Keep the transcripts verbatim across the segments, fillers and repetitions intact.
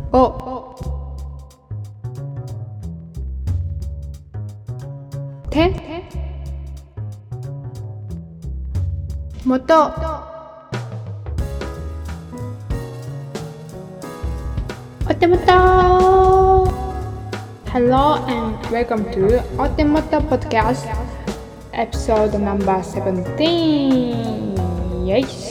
おてもとお手元 Hello and welcome to お手元 Podcast episode number seventeen. Yes.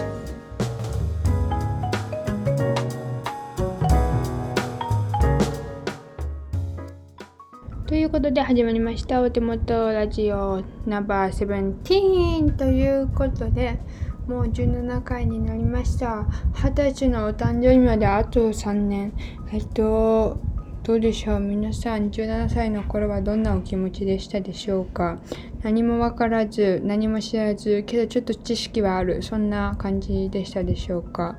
ということで始まりましたお手元ラジオナンバーセブンティーンということで、もうじゅうななかいになりました。はたちのお誕生日まであとさんねん。えっとどうでしょう、皆さんじゅうななさいの頃はどんなお気持ちでしたでしょうか。何もわからず何も知らずけどちょっと知識はある、そんな感じでしたでしょうか。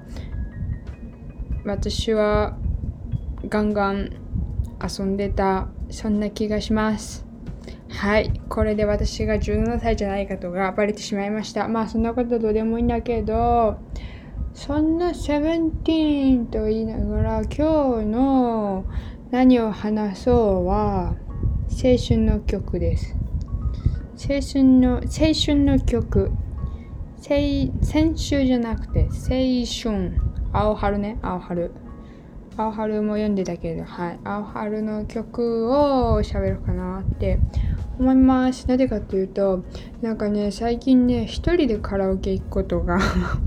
私はガンガン遊んでた、そんな気がします。はい、これで私がじゅうななさいじゃないかとがバレてしまいました。まあそんなことどうでもいいんだけど、そんなセブンティーンと言いながら今日の何を話そうは青春の曲です。青春の青春の曲、先週じゃなくて青春、青春ね、青春青春も読んでたけど、はい、青春の曲を喋るかなって思います。なぜかというと、なんかね、最近ね、一人でカラオケ行くことが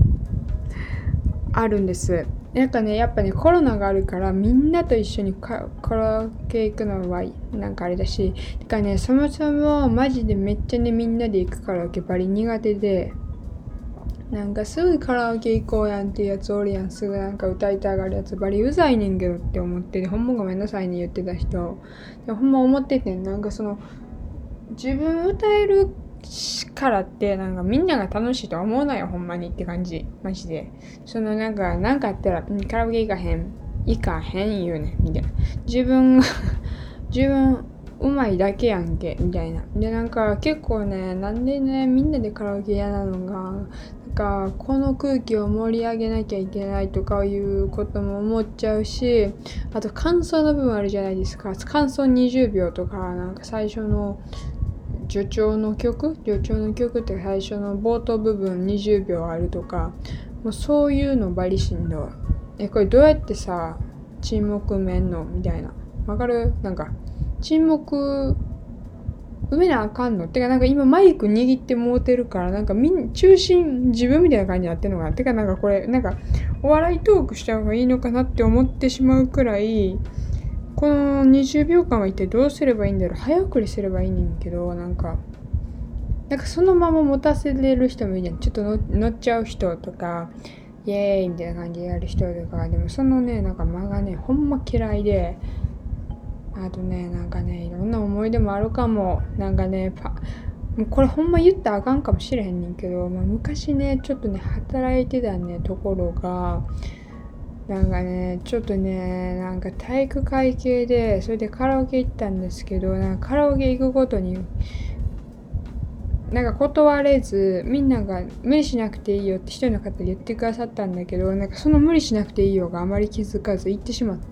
あるんです。なんかね、やっぱね、コロナがあるからみんなと一緒にカラオケ行くのはなんかあれだし、てかね、そもそもマジでめっちゃね、みんなで行くカラオケバリ苦手で、なんかすぐカラオケ行こうやんっていうやつおるやん、すぐなんか歌いたがるやつバリうざいねんけどって思ってて、ほんまごめんなさいね言ってた人。でほんま思っててん、なんかその自分歌えるからってなんかみんなが楽しいとは思わないよほんまにって感じ、マジで。そのなんかなんかあったらカラオケ行かへん行かへん言うねんみたいな、自分が自分うまいだけやんけみたいな。でなんか結構ね、なんでねみんなでカラオケ嫌なのが、なんかこの空気を盛り上げなきゃいけないとかいうことも思っちゃうし、あと感想の部分あるじゃないですか。感想にじゅうびょうとか、なんか最初の序章の曲序章の曲って最初の冒頭部分にじゅうびょうあるとか、もうそういうのバリしんどい。えこれどうやってさ沈黙埋めんのみたいな、わかる？なんか沈黙埋めなあかんの？てかなんか今マイク握ってもうてるからなんかみん中心自分みたいな感じになってんのかな。てかなんかこれなんかお笑いトークした方がいいのかなって思ってしまうくらい、このにじゅうびょうかんは一体どうすればいいんだろう。早送りすればいいねんけど、なんかなんかそのまま持たせれる人もいいじゃん。ちょっと乗っちゃう人とかイエーイみたいな感じでやる人とか。でもそのねなんか間がねほんま嫌いで、あとねなんかねいろんな思い出もあるかも。なんかねパもうこれほんま言ったらあかんかもしれへんねんけど、まあ、昔ねちょっとね働いてたねところがなんかねちょっとねなんか体育会系で、それでカラオケ行ったんですけど、なんかカラオケ行くごとになんか断れず、みんなが無理しなくていいよって一人の方で言ってくださったんだけど、なんかその無理しなくていいよがあまり気づかず行ってしまって、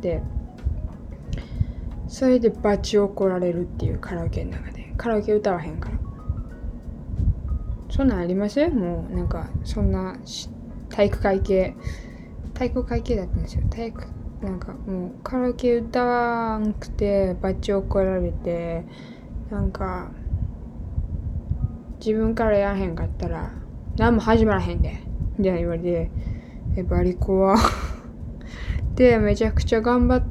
それでバチ怒られるっていう。カラオケの中でカラオケ歌わへんから。そんなんあります？もうなんかそんな体育会系体育会系だったんですよ。体育なんかもうカラオケ歌わんくてバチ怒られて、なんか自分からやらへんかったら何も始まらへんでみたいな言われて、えバリ怖でめちゃくちゃ頑張って、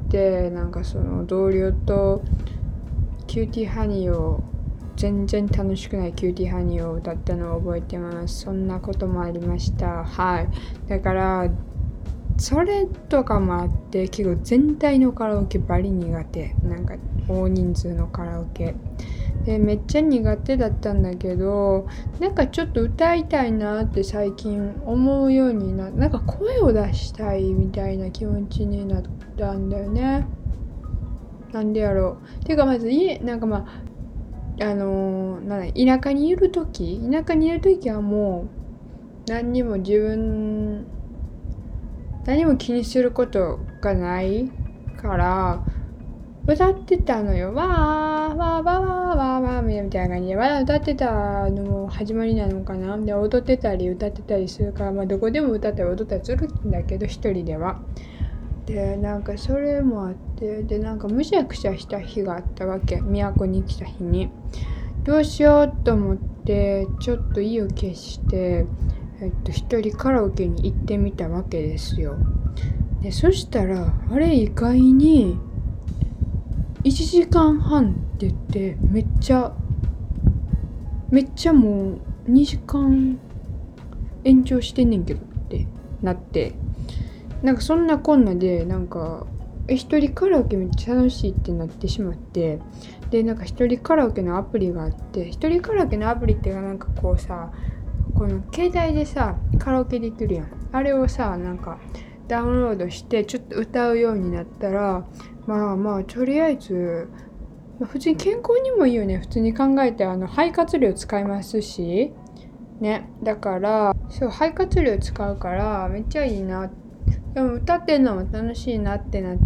なんかその同僚とキューティーハニーを全然楽しくないキューティーハニーを歌ったのを覚えてます。そんなこともありました。はい。だからそれとかもあって結構全体のカラオケバリ苦手。なんか大人数のカラオケでめっちゃ苦手だったんだけど、なんかちょっと歌いたいなって最近思うようにな、なんか声を出したいみたいな気持ちになったんだよね。なんでやろう。ていうかまず家なんかまああのー、なんだ田舎にいるとき田舎にいるときはもう何にも自分何も気にすることがないから歌ってたのよ。わーわーわーわーわーわーみたいな感じで、わー歌ってたのも始まりなのかな。で、踊ってたり歌ってたりするから、まあどこでも歌ったり踊ったりするんだけど、一人では。で、なんかそれもあって、で、なんかむしゃくしゃした日があったわけ。都に来た日に。どうしようと思って、ちょっと意を決して、えっと、一人カラオケに行ってみたわけですよ。で、そしたら、あれ意外に、いちじかんはんって言ってめっちゃめっちゃもうにじかん延長してんねんけどってなって、なんかそんなこんなでなんか一人カラオケめっちゃ楽しいってなってしまって、でなんか一人カラオケのアプリがあって、一人カラオケのアプリってなんかこうさ、この携帯でさカラオケできるやん。あれをさなんかダウンロードしてちょっと歌うようになったら、まあまあとりあえず、まあ、普通に健康にもいいよね。普通に考えてあの肺活量使いますしね。だからそう肺活量使うからめっちゃいいな。でも歌ってんのも楽しいなってなって、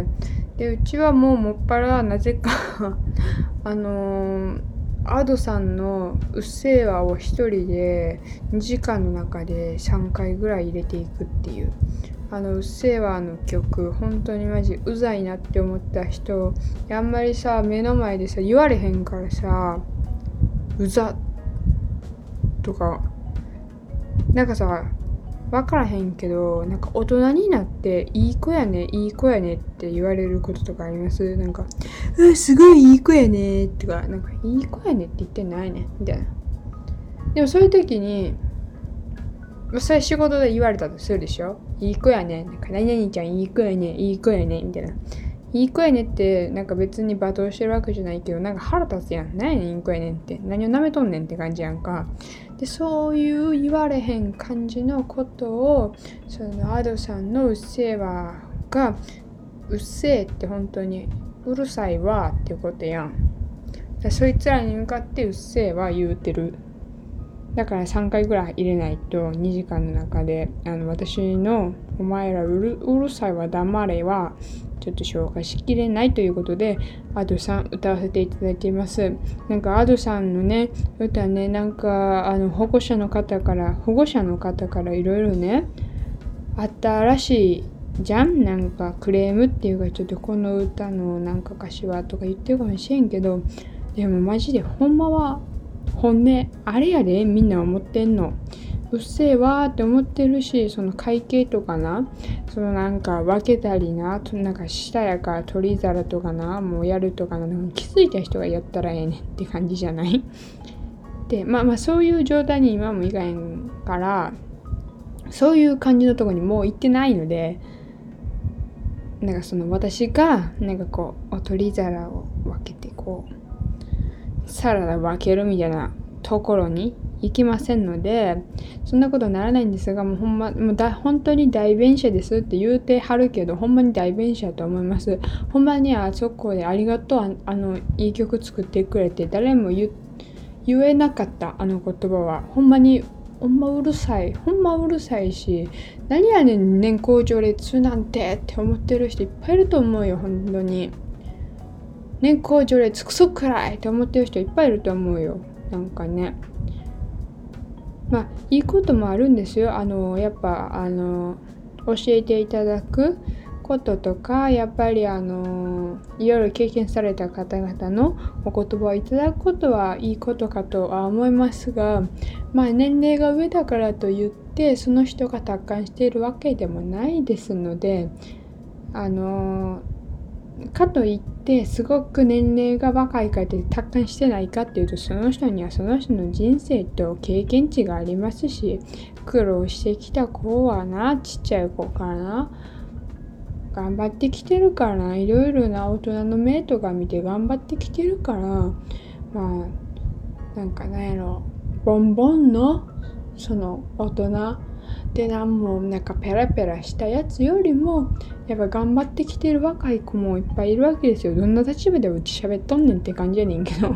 でうちはもうもっぱらなぜかあのー、アドさんのうっせぇわを一人でにじかんの中でさんかいぐらい入れていくっていう、あのうっせぇわの曲本当にマジうざいなって思った人、あんまりさ目の前でさ言われへんからさ、うざとかなんかさ分からへんけど、なんか大人になっていい子やねいい子やねって言われることとかあります？なんかうすごいいい子やねとか、なんかいい子やねって言ってないねみたいな。でもそういう時にそれ仕事で言われたとするでしょ。いい子やね、なんか何々ちゃんいい子やねいい子やねみたいな。いい子やねってなんか別に罵倒してるわけじゃないけど、なんか腹立つやん。何やねんいい子やねんって、何を舐めとんねんって感じやんか。でそういう言われへん感じのことをそのアドさんのうっせぇわがうっせぇって本当にうるさいわってことやん。だそいつらに向かってうっせぇわ言うてる。だからさんかいぐらい入れないとにじかんの中であの私のお前らうる、うるさいは黙れはちょっと紹介しきれないということでアドさん歌わせていただいています。なんかアドさんのね歌ね、なんかあの保護者の方から保護者の方からいろいろねあったらしいじゃん。なんかクレームっていうかちょっとこの歌のなんか歌詞はとか言ってるかもしれんけど、でもマジでほんまは本音あれやでみんな思ってんの。うっせぇわーって思ってるし、その会計とかな、そのなんか分けたりな、なんか下やから取り皿とかな、もうやるとかな、気づいた人がやったらええねんって感じじゃないで、まあまあそういう状態に今もいかへんから、そういう感じのとこにもう行ってないので、なんかその私がなんかこうお取り皿を分けてこうサラダ分けるみたいなところに行きませんので、そんなことにならないんですが、もうほんまもうだ本当に代弁者ですって言うてはるけど、ほんまに代弁者だと思います。ほんまにあそこでありがとう、ああのいい曲作ってくれて、誰も 言, 言えなかったあの言葉はほんまにほんまうるさい、ほんまうるさいし、何やねん年功序列なんてって思ってる人いっぱいいると思うよ。本当に年功序列クソくらいって思ってる人いっぱいいると思うよ。なんかね、まあいいこともあるんですよ。あのやっぱあの教えていただくこととか、やっぱりあのいろいろ経験された方々のお言葉をいただくことはいいことかとは思いますが、まあ年齢が上だからといってその人が達観しているわけでもないですので、あのかといってすごく年齢が若いからって達観してないかっていうと、その人にはその人の人生と経験値がありますし、苦労してきた子はな、ちっちゃい子からな頑張ってきてるからな、いろいろな大人の目とか見て頑張ってきてるから、まあなんかなんやろ、ボンボンのその大人でなんもなんかペラペラしたやつよりもやっぱ頑張ってきてる若い子もいっぱいいるわけですよ。どんな立場でうち喋っとんねんって感じやねんけど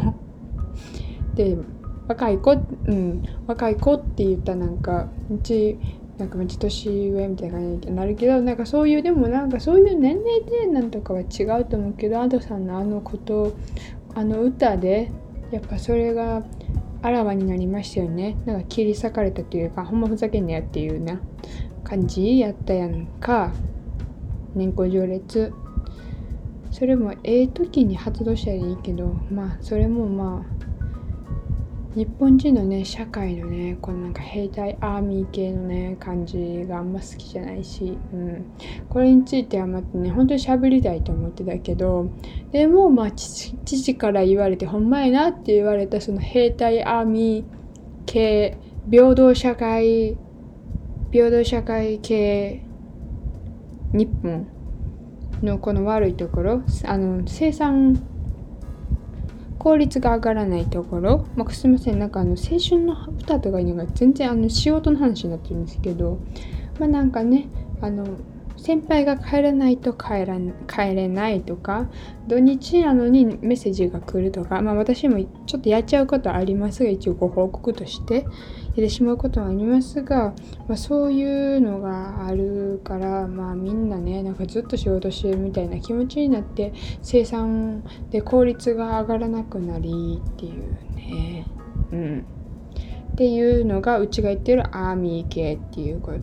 で若い子うん若い子って言ったらなんかうちなんかめっちゃ年上みたいな感じになるけど、なんかそういうでもなんかそういう年齢でなんとかは違うと思うけど、アドさんのあのことあの歌でやっぱそれがあらわになりましたよね。なんか切り裂かれたというか、ほんまふざけんなやっていうな感じやったやんか。年功序列、それもええ時に発動したらいいけど、まあそれもまあ日本人のね社会のねこのなんか兵隊アーミー系のね感じがあんま好きじゃないし、うん、これについてはまたね本当に喋りたいと思ってたけど、でもまあ父、父から言われてほんまやなって言われたその兵隊アーミー系平等社会平等社会系日本のこの悪いところ、あの生産効率が上がらないところ、まあ、すみません、なんかあの青春の歌とかいうのが全然あの仕事の話になってるんですけど、まあなんかね、あの先輩が帰らないと帰ら帰れないとか、土日なのにメッセージが来るとか、まあ私もちょっとやっちゃうことはありますが、一応ご報告としてやってしまうことはありますが、まあ、そういうのがあるから、まあみんなね、なんかずっと仕事してるみたいな気持ちになって、生産で効率が上がらなくなりっていうね、うん。っていうのがうちが言ってるアーミー系っていうこと。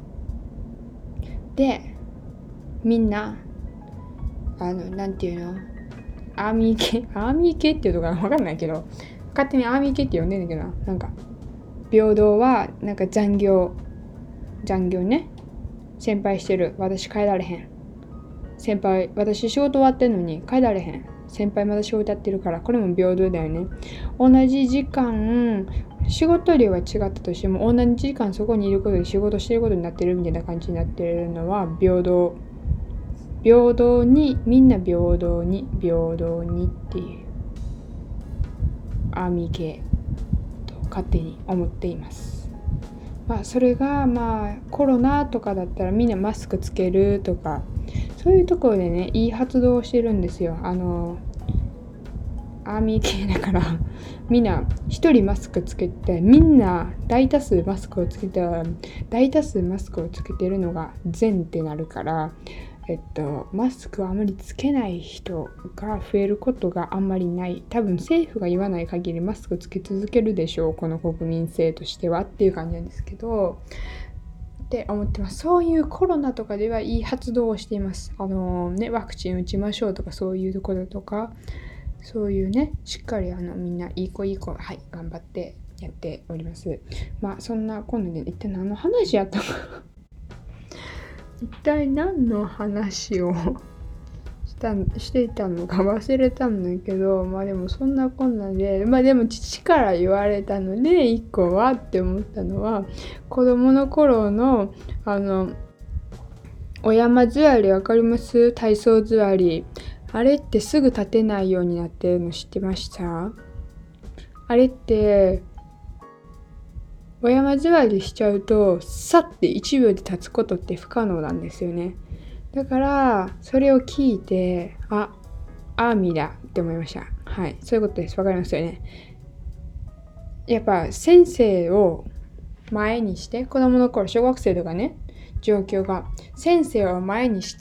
で、みんな、あの、なんていうのアーミー系アーミー系っていうのかわかんないけど、勝手にアーミー系って呼んでんだけどな。なんか、平等は、なんか残業、残業ね。先輩してる。私帰られへん。先輩、私仕事終わってんのに帰られへん。先輩まだ仕事やってるから、これも平等だよね。同じ時間、仕事量は違ったとしても、同じ時間そこにいることで仕事してることになってるみたいな感じになってるのは平等。平等に、みんな平等に、平等にっていうアーミー系と勝手に思っています。まあそれがまあコロナとかだったらみんなマスクつけるとか、そういうところでねいい発動をしてるんですよ。あのアーミー系だからみんな一人マスクつけて、みんな大多数マスクをつけて大多数マスクをつけてるのが善ってなるから、えっとマスクをあまりつけない人が増えることがあんまりない。多分政府が言わない限りマスクつけ続けるでしょう、この国民性としてはっていう感じなんですけど、って思ってます。そういうコロナとかではいい発動をしています。あのね、ワクチン打ちましょうとかそういうところとか、そういうね、しっかりあのみんないい子いい子、はい、頑張ってやっております。まあそんな今度で一体何の話やったのか一体何の話をしたしていたのか忘れたんだけど、まあでもそんなこんなで、まあでも父から言われたので一個はって思ったのは、子供の頃のあのお山座りわかります？体操座り。あれってすぐ立てないようになってるの知ってました？あれってお山座りしちゃうとさっていちびょうで立つことって不可能なんですよね。だからそれを聞いて、あ、アーミーだって思いました。はい、そういうことです。わかりますよね。やっぱ先生を前にして、子供の頃小学生とかね、状況が先生を前にして、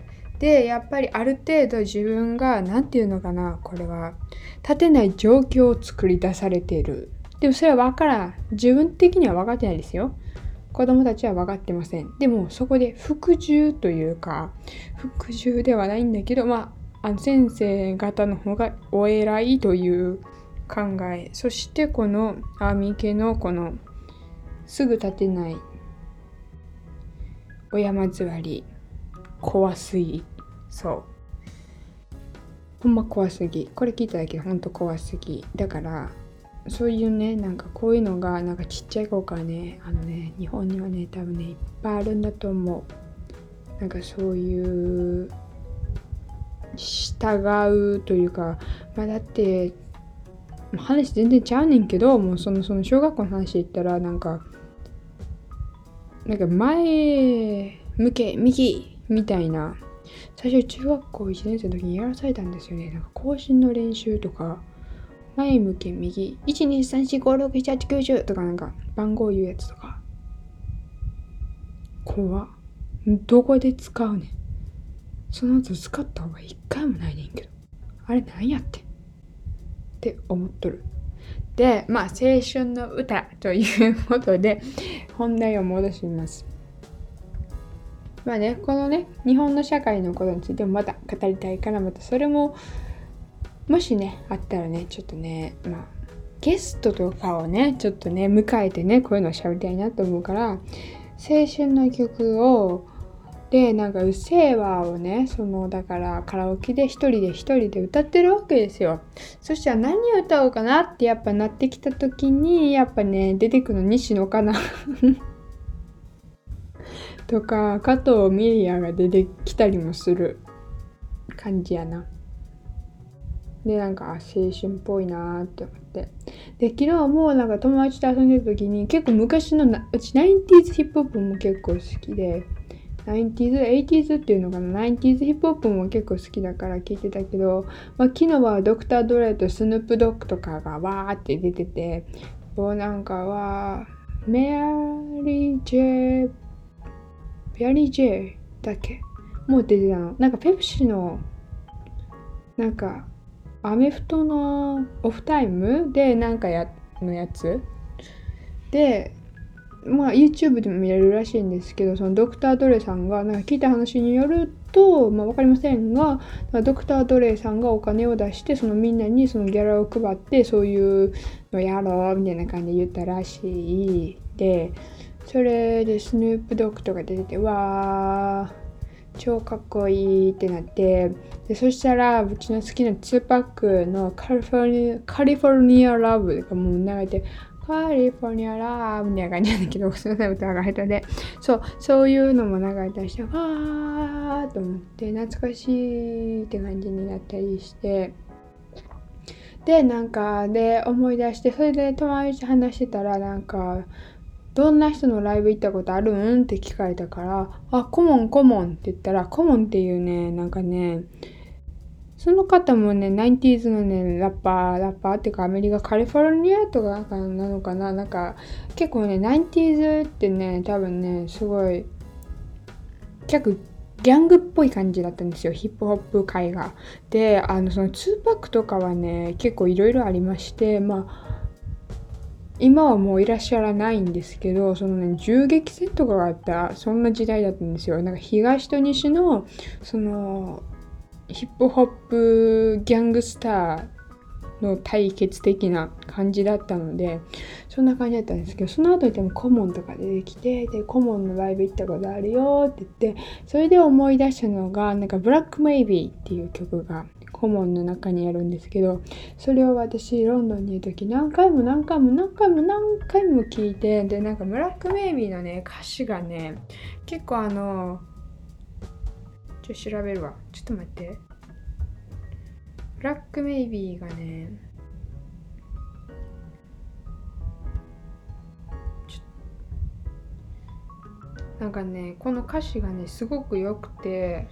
でやっぱりある程度自分がなんていうのかな、これは立てない状況を作り出されている。でもそれは分からん。自分的には分かってないですよ。子供たちは分かってません。でもそこで服従というか、服従ではないんだけど、まあ、あの先生方の方がお偉いという考え、そしてこのアーミー系のこのすぐ立てないお山座り怖すぎ。そうほんま怖すぎ。これ聞いただけでほんと怖すぎ。だからそういうね、なんかこういうのがなんかちっちゃい子からね、あのね、日本にはね多分ねいっぱいあるんだと思う。なんかそういう従うというか、まあだって話全然ちゃうねんけど、もうそのその小学校の話言ったらなんかなんか前向け右みたいな、最初中学校いちねん生の時にやらされたんですよね。なんか更新の練習とか、前向け右いちにさんしごろくしちはちきゅうじゅうとかなんか番号言うやつとか、 怖っ。どこで使うねん。その後使った方が一回もないねんけど。あれなんやってって思っとる。で、まあ、青春の歌ということで、本題を戻します。まあね、このね、日本の社会のことについてもまた語りたいから、またそれも、もしね、あったらね、ちょっとね、まあ、ゲストとかをね、ちょっとね、迎えてね、こういうのを喋りたいなと思うから、青春の曲を、で、なんか、うっせぇわをね、その、だからカラオケで一人で一人で歌ってるわけですよ。そしたら何を歌おうかなってやっぱなってきた時に、やっぱね、出てくるの西野かなとか、加藤ミリアが出てきたりもする感じやな。で、なんか、青春っぽいなーって思って。で、昨日もなんか友達と遊んでる時に、結構昔のな、うちナインティーズヒップホップも結構好きで、ナインティーズ、エイティーズっていうのかな、ナインティーズヒップホップも結構好きだから聞いてたけど、まあ、昨日はドクター・ドレイとスヌープ・ドッグとかがわーって出てて、もうなんかは、メアリー・ジェイ、メアリー・ジェイだっけもう出てたの。なんかペプシの、なんか、アメフトのオフタイムでなんかや、のやつで、まあ YouTube でも見れるらしいんですけど、そのドクター・ドレイさんがなんか聞いた話によると、まあわかりませんが、ドクター・ドレイさんがお金を出して、そのみんなにそのギャラを配って、そういうのやろうみたいな感じで言ったらしい。で、それでスヌープ・ドッグとか出てて、わー、超かっこいいってなって、でそしたらうちの好きなツーパックのカリフォルニア、カリフォルニアラブがもう流れて、カリフォルニアラブみたいな感じなんだけど、その歌が下手で、そう、そういうのも流れたりして、わーと思って、懐かしいって感じになったりして、で、なんか、で、思い出して、それで友達と話してたら、なんか、どんな人のライブ行ったことあるんって聞かれたから、あ、コモンコモンって言ったら、コモンっていうね、なんかね、その方もね、ナインティーズのね、ラッパー、ラッパーっていうかアメリカ、カリフォルニアとかなのかな、なんか結構ね、ナインティーズってね、多分ね、すごい、結構ギャングっぽい感じだったんですよ、ヒップホップ界が。で、あの、そのツーパックとかはね、結構いろいろありまして、まあ、今はもういらっしゃらないんですけど、そのね、銃撃戦とかがあった、そんな時代だったんですよ。なんか東と西の、その、ヒップホップギャングスターの対決的な感じだったので、そんな感じだったんですけど、その後でもコモンとか出てきて、で、コモンのライブ行ったことあるよって言って、それで思い出したのが、なんかブラックメイビーっていう曲がコモンの中にあるんですけど、それを私ロンドンにいる時何回も何回も何回も何回も聞いて、で、なんかブラックメイビーのね、歌詞がね、結構あの、ちょっと調べるわ。ちょっと待って。ブラックメイビーがね、なんかね、この歌詞がね、すごく良くて、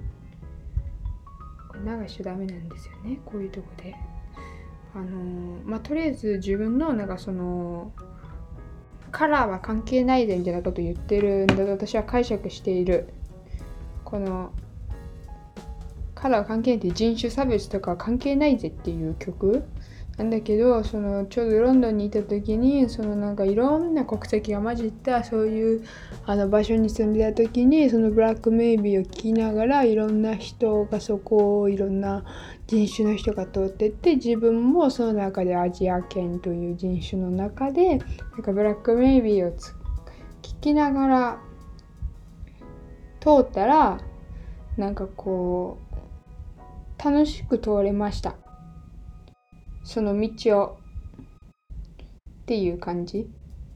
これ流しちゃダメなんですよね、こういうとこで。あのー、まあ、とりあえず自分の、なんかその、カラーは関係ないでみたいなこと言ってるんだと私は解釈している。この、カラー関係ないって人種差別とか関係ないぜっていう曲なんだけど、そのちょうどロンドンにいた時にそのなんかいろんな国籍が混じったそういうあの場所に住んでた時に、そのブラックメイビーを聞きながらいろんな人がそこをいろんな人種の人が通ってって、自分もその中でアジア圏という人種の中でなんかブラックメイビーをつ聞きながら通ったらなんかこう楽しく通れました。その道をっていう感じ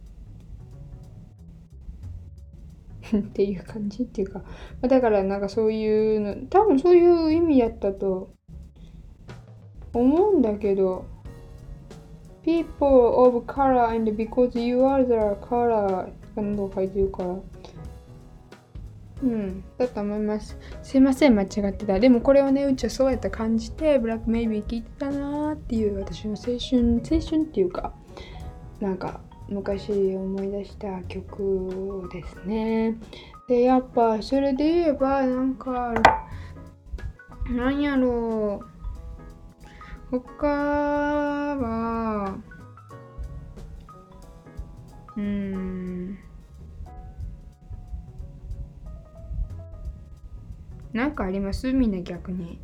っていう感じっていうか、だからなんかそういうの、多分そういう意味やったと思うんだけど、people of color and because you are the color 何度書いてるから、うん、だと思います。すいません、間違ってた。でもこれをね、うちはそうやって感じて、ブラックメイビー聞いてたなーっていう私の青春、青春っていうか、なんか昔思い出した曲ですね。で、やっぱそれで言えばなんかなんやろう、他はうーんなんかあります？みんな逆に。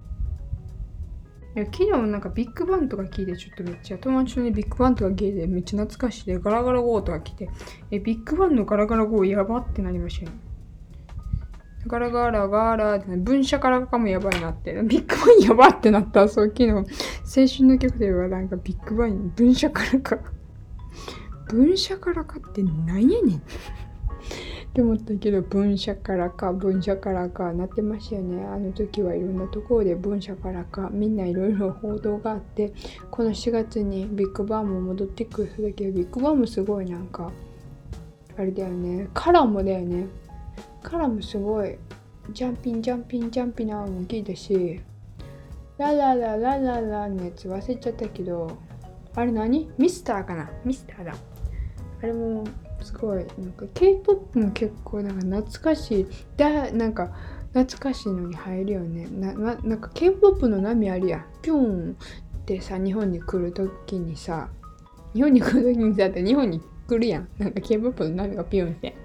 いや昨日なんかビッグバンとか聞いてちょっとめっちゃ友達のねビッグバンとか聞いてめっちゃ懐かしいでガラガラゴーとか来てえビッグバンのガラガラゴーやばってなりましたよね。ガラガラガラって分社からかもやばいなってビッグバンやばってなったそう昨日青春の曲ではなんかビッグバン分社からか分社からかってなんやねんって思ったけど分社からか分社からかなってましたよね。あの時はいろんなところで分社からかみんないろいろ報道があってこのしがつにビッグバンも戻ってくるそうだけどビッグバンもすごいなんかあれだよねカラーもだよねカラーもすごいジャンピンジャンピンジャンピンなのも聞いたしララララララのやつ忘れちゃったけどあれ何ミスターかなミスターだあれもすごいなんか K-ポップ も結構なんか懐かしいだなんか懐かしいのに入るよね な, な, なんか K-ポップ の波あるやんピョンってさ日本に来るときにさ日本に来るときにさって日本に来るやんなんか K-ポップ の波がピョンって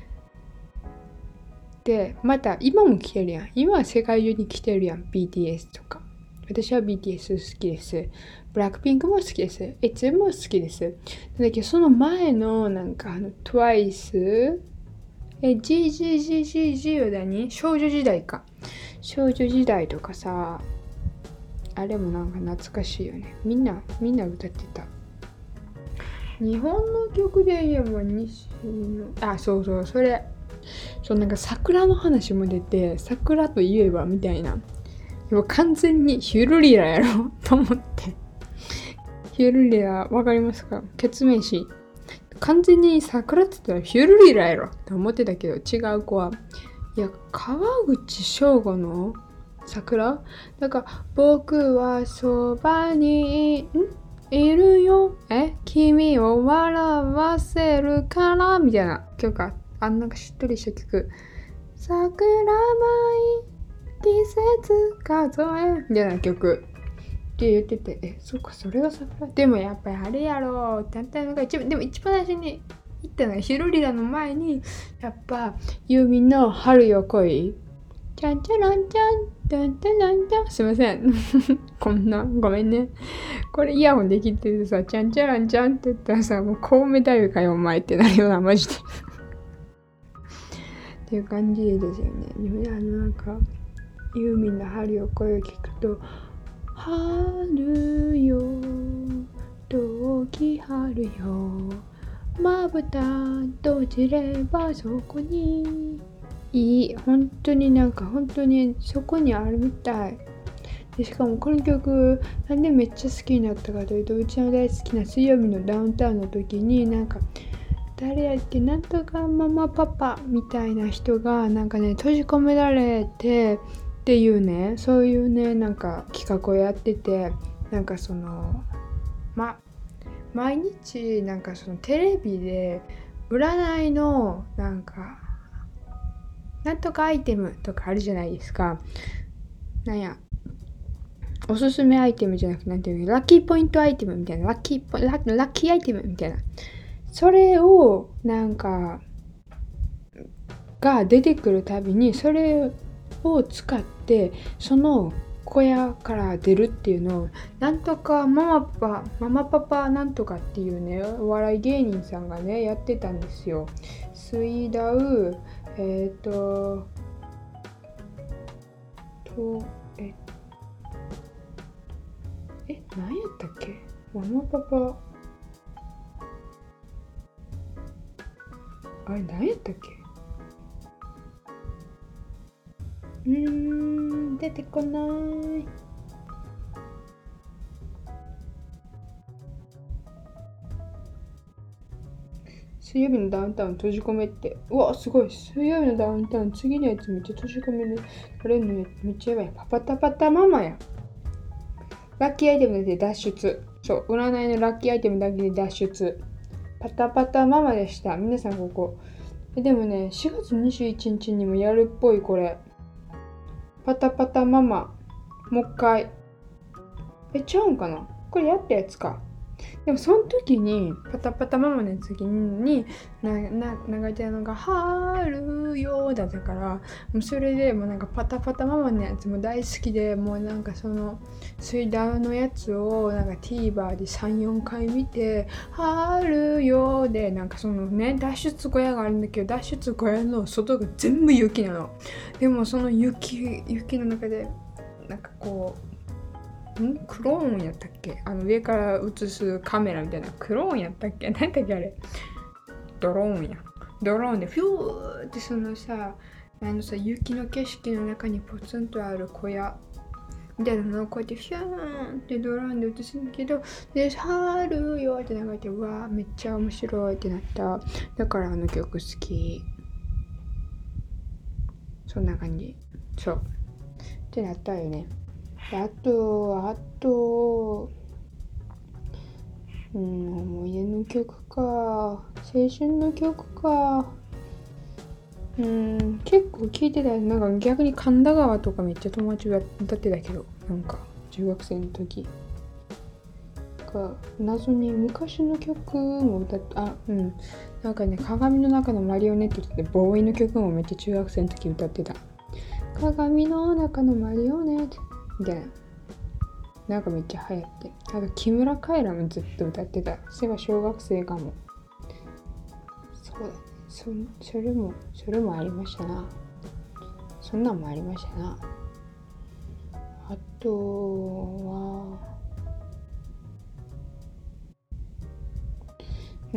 でまた今も来てるやん今は世界中に来てるやん ビーティーエス とか私は ビーティーエス 好きですブラックピンクも好きです。エツエムも好きです。だけどその前のなんかあの トワイス え ジージージージージー は何少女時代か少女時代とかさあれもなんか懐かしいよねみんなみんな歌ってた日本の曲で言えば西のあそうそうそれそうなんか桜の話も出て桜といえばみたいなでも完全にヒュルリラやろと思ってヒュルリラわかりますか決名詞完全に桜って言ったらヒュルリラやろと思ってたけど違う子はいや川口翔吾の桜だから僕はそばにんいるよえ君を笑わせるからみたいな曲かあんなんかしっとりした曲桜舞い季節数えみたいな曲って言っててえそっかそれが桜でもやっぱりあれやろうってなったのが一番でも一番最初に言ったのがヒロリラの前にやっぱユーミンの春よ来いチャンチャランチャンチャンチャランチャンすいませんこんなごめんねこれイヤホンできててさチャンチャランチャンって言ったらさもうコウメ太夫かよお前ってなるようなマジでっていう感じですよね。あのなんかユーミンの春よ声を聞くと春よ遠き春よまぶた閉じればそこにいい本当になんか本当にそこにあるみたいでしかもこの曲なんでめっちゃ好きになったかというとうちの大好きな水曜日のダウンタウンの時になんか誰やっけなんとかママパパみたいな人がなんかね閉じ込められてっていうねそういうねなんか企画をやっててなんかそのま毎日なんかそのテレビで占いのなんかなんとかアイテムとかあるじゃないですかなんやおすすめアイテムじゃなくてなんていうのラッキーポイントアイテムみたいなラッキーポラッラッキーアイテムみたいなそれをなんかが出てくるたびにそれを使ってその小屋から出るっていうのをなんとかママパパママパパなんとかっていうねお笑い芸人さんがねやってたんですよ。水ダウえっ、ー、ととええ何やったっけママパパあれ何やったっけうーん出てこない水曜日のダウンタウン閉じ込めってうわすごい水曜日のダウンタウン次のやつめっちゃ閉じ込めるあれのやつめっちゃやばいパパタパタママやラッキーアイテムで脱出そう占いのラッキーアイテムだけで脱出パタパタママでした。皆さんここ。でもね、しがつにじゅういちにちにもやるっぽいこれ。パタパタママ。もう一回。え、ちゃうんかなこれやったやつか。でもその時にパタパタママの次になな流れてるのが春よだったから、もうそれでもうなんかパタパタママのやつも大好きで、もうなんかその水ダウのやつをなんか TVer でさんよんかい見て、春よでなんかそのね脱出小屋があるんだけど、脱出小屋の外が全部雪なの。でもその雪雪の中でなんかこうんクローンやったっけ、あの上から映すカメラみたいな、クローンやったっけ、何だっけあれ、ドローンやドローンでフューってそのさ、あのさ雪の景色の中にポツンとある小屋みたいなのをこうやってフューンってドローンで映すんだけど、で春よって流れて、うわーめっちゃ面白いってなった。だからあの曲好き。そんな感じ。そうってなったよね。あと、あと、うん、思い出の曲か、青春の曲か、うん、結構聴いてたよ。なんか逆に神田川とかめっちゃ友達が歌ってたけど、なんか中学生の時。か謎に昔の曲も歌って、あ、うん、なんかね、鏡の中のマリオネットってボーイの曲もめっちゃ中学生の時歌ってた。鏡の中のマリオネットみたいな。なんかめっちゃ流行って。あと木村カエラもずっと歌ってた。それが小学生かも。そうだね。そ, それも、それもありましたな。そんなんもありましたな。あとは、うん、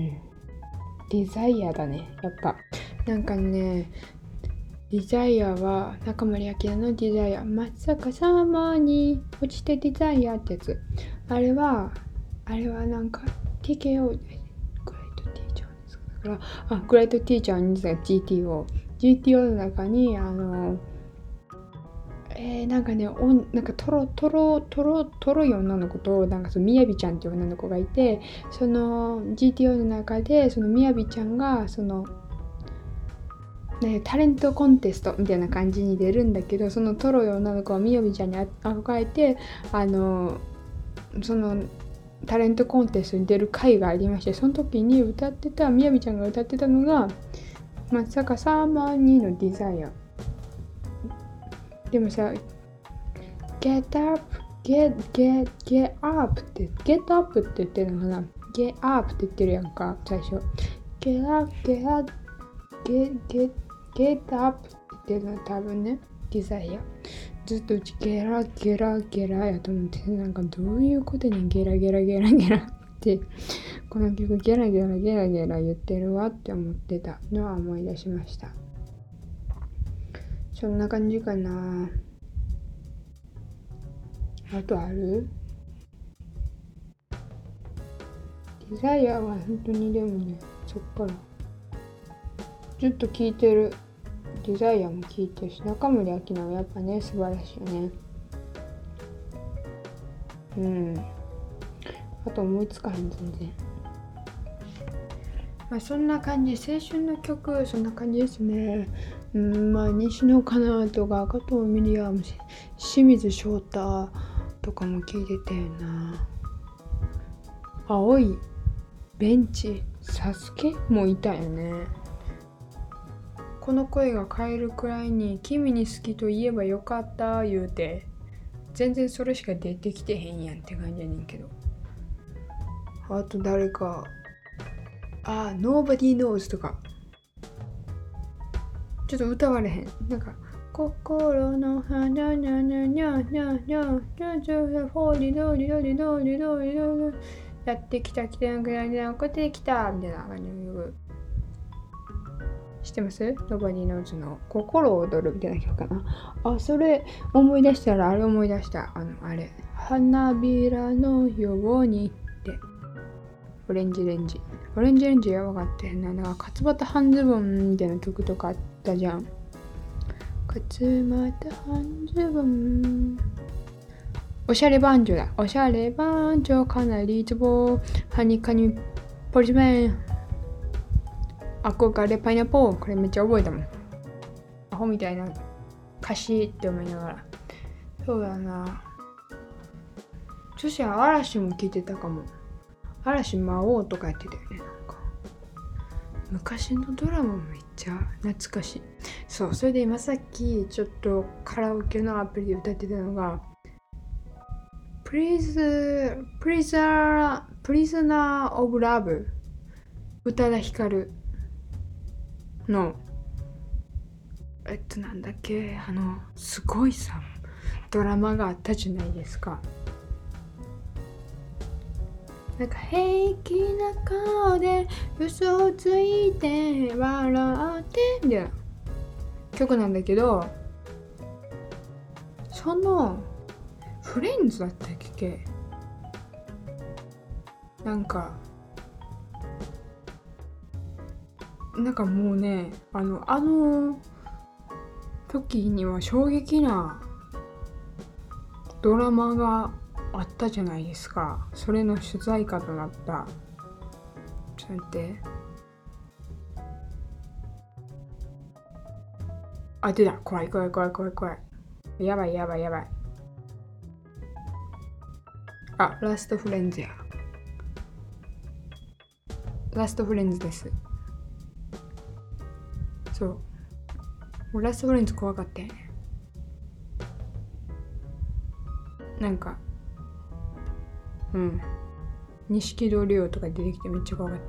デザイアだね。やっぱ。なんかね、デザイアは中森明菜のデザイア、まさかさまに落ちてデザイアってやつ。あれはあれはなんか ティーケーオー グレートティーチャーですだから、あグレートティーチャーにですが ジーティーオー ジーティーオー の中にあのえー、なんかねおなんかトロトロトロトロい女の子となんかそのみやびちゃんっていう女の子がいて、その ジーティーオー の中でそのみやびちゃんがそのね、タレントコンテストみたいな感じに出るんだけど、そのトロい女の子はみやびちゃんに憧れて、あのそのタレントコンテストに出る回がありまして、その時に歌ってたみやびちゃんが歌ってたのがまさかさんまんにのデザイア。でもさ Get up Get Get Get up って Get up って言ってるのかな、 Get up って言ってるやんか最初。 Get up Get up Get Get Get up って言ってるの多分ね、デザイア。ずっとうちゲラゲラゲラやと思って、なんかどういうことにゲラゲラゲラゲラってこの曲ゲラゲラゲラゲラ言ってるわって思ってたのは思い出しました。そんな感じかな。あとある？デザイアは本当にでもね、そっからずっと聴いてる。デザイアも聴いてるし、中森明菜はやっぱね素晴らしいよね。うん。あと思いつかへん全然。まあそんな感じ、青春の曲そんな感じですね。うん、まあ西野カナとか加藤ミリアム、清水翔太とかも聴いてたよな。青いベンチ、サスケもいたよね。この声が変えるくらいに君に好きと言えばよかった言うて、全然それしか出てきてへんやんって感じやねんけど。あと誰か、あ、Nobody Knows とかちょっと歌われへん。なんか心の花にゃにゃにゃにゃにゃにゃにゃにゃフォーリドリドリドリドリドリやってきた来てなくなりなこうやってきたみたいな感じの曲知ってます？ Nobody Knows の心躍るみたいな曲かな。あ、それ思い出したらあれ思い出した。あの、あれ。花びらのようにって。オレンジレンジ。オレンジレンジやばかったよね。なんか、勝俣半ズボンみたいな曲とかあったじゃん。勝俣半ズボン。おしゃれバンジョだ。おしゃれバンジョかなりツボ。はにかにポリスメン憧れパイナップル、これめっちゃ覚えたもん。アホみたいな歌詞って思いながら。そうだな。女子は嵐も聞いてたかも。嵐魔王とかやってたよね。なんか昔のドラマめっちゃ懐かしい。そう、それで今さっきちょっとカラオケのアプリで歌ってたのが Please Prisoner Prisoner of Love 宇多田ヒカルのえっとなんだっけ、あのすごいさドラマがあったじゃないですか。なんか平気な顔で嘘をついて笑ってみたいな曲なんだけど、そのフレンズだったっけ、なんかなんかもうね、あのあの時には衝撃なドラマがあったじゃないですか。それの主題歌となった。ちょっと待って。あ、出た。怖い怖い怖い怖い怖い。やばいやばいやばい。あ、ラストフレンズや。ラストフレンズです。そう。もうラストフレンズ怖かったよね。なんか、うん。錦戸亮とか出てきてめっちゃ怖かった。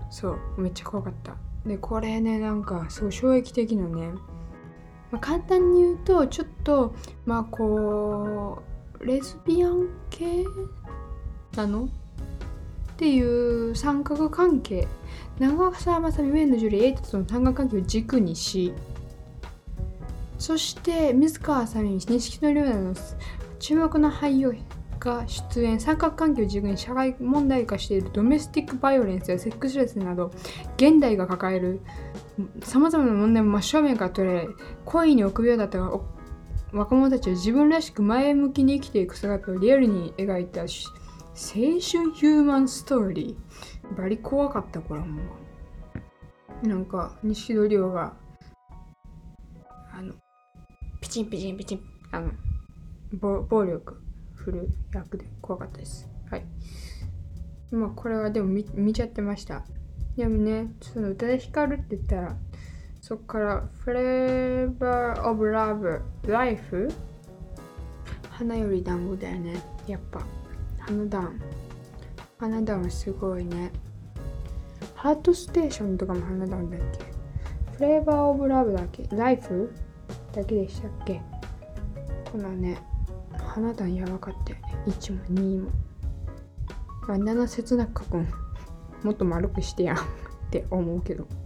そう、めっちゃ怖かった。で、これね、なんか、そう、衝撃的なね。まあ、簡単に言うと、ちょっと、まあ、こう、レズビアン系なのっていう三角関係。長澤まさみ、上野樹里、エイトとの三角関係を軸にし、そして、水川あさみ、錦戸亮などの注目の俳優が出演、三角関係を軸に社会問題化しているドメスティックバイオレンスやセックスレスなど、現代が抱えるさまざまな問題も真正面から捉え、恋に臆病だったが若者たちは自分らしく前向きに生きていく姿をリアルに描いた青春ヒューマンストーリー。バリ怖かった、これはもう。なんか、錦戸亮が、あの、ピチンピチンピチン、あの、暴力振る役で怖かったです。はい。まあ、これはでも 見, 見ちゃってました。でもね、その宇多田ヒカルって言ったら、そっから Flavor of Love Life 花より団子だよね。やっぱ花壇花壇はすごいね。ハートステーションとかも花壇だっけ。 Flavor of Love だっけ、 Life だけでしたっけ。このね花壇やばかったよね。いちもにもあんなの切なく書くんもっと丸くしてやんって思うけど、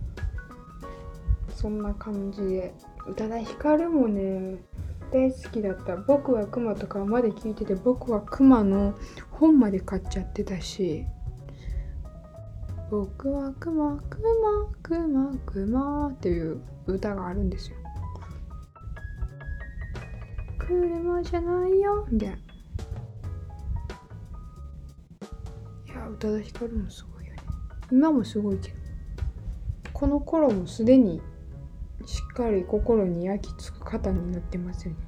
そんな感じで宇多田ヒカルもね大好きだった。僕はクマとかまで聞いてて、僕はクマの本まで買っちゃってたし、僕はクマクマクマクマっていう歌があるんですよ。車じゃないよみたいな。いや、宇多田ヒカルもすごいよね。今もすごいけど、この頃もすでにしっかり心に焼き付く方になってますよね。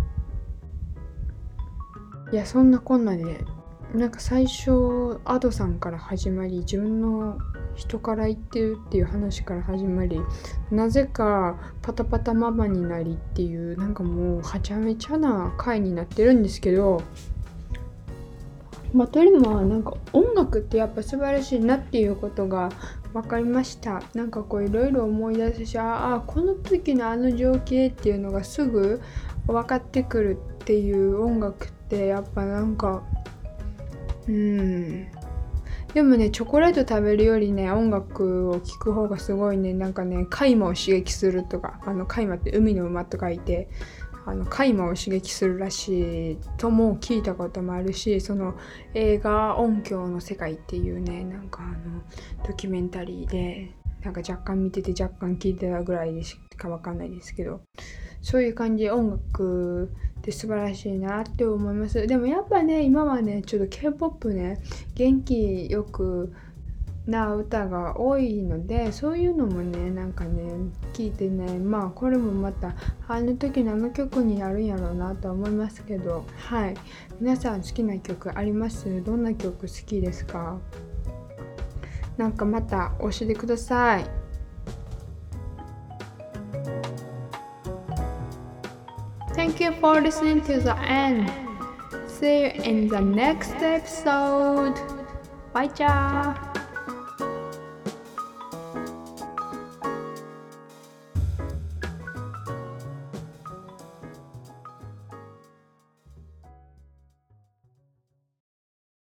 いや、そんなこんなでなんか最初アドさんから始まり、自分の人から言ってるっていう話から始まり、なぜかパタパタママになりっていう、なんかもうはちゃめちゃな回になってるんですけど、まあというよりもなんか音楽ってやっぱ素晴らしいなっていうことが分かりました。なんかこういろいろ思い出すし、ああこの時のあの情景っていうのがすぐ分かってくるっていう音楽ってやっぱなんかうーんでもね、チョコレート食べるよりね、音楽を聴く方がすごいね、なんかね、カイマを刺激するとか、あのカイマって海の馬と書いて、あのカイマを刺激するらしいとも聞いたこともあるし、その映画音響の世界っていうね、なんかあのドキュメンタリーで、なんか若干見てて若干聞いてたぐらいでしかわかんないですけど、 そういう感じ、音楽って素晴らしいなって思います。でもやっぱね、今はね、ちょっと K-ポップ ね、元気よくな歌が多いので、そういうのもね、なんかね、聞いてね、まあこれもまたあの時のあの曲になるんやろうなと思いますけど、はい。皆さん好きな曲あります？どんな曲好きですか？なんかまた教えてください。Thank you for listening to the end. See you in the next episode. Bye, ciao.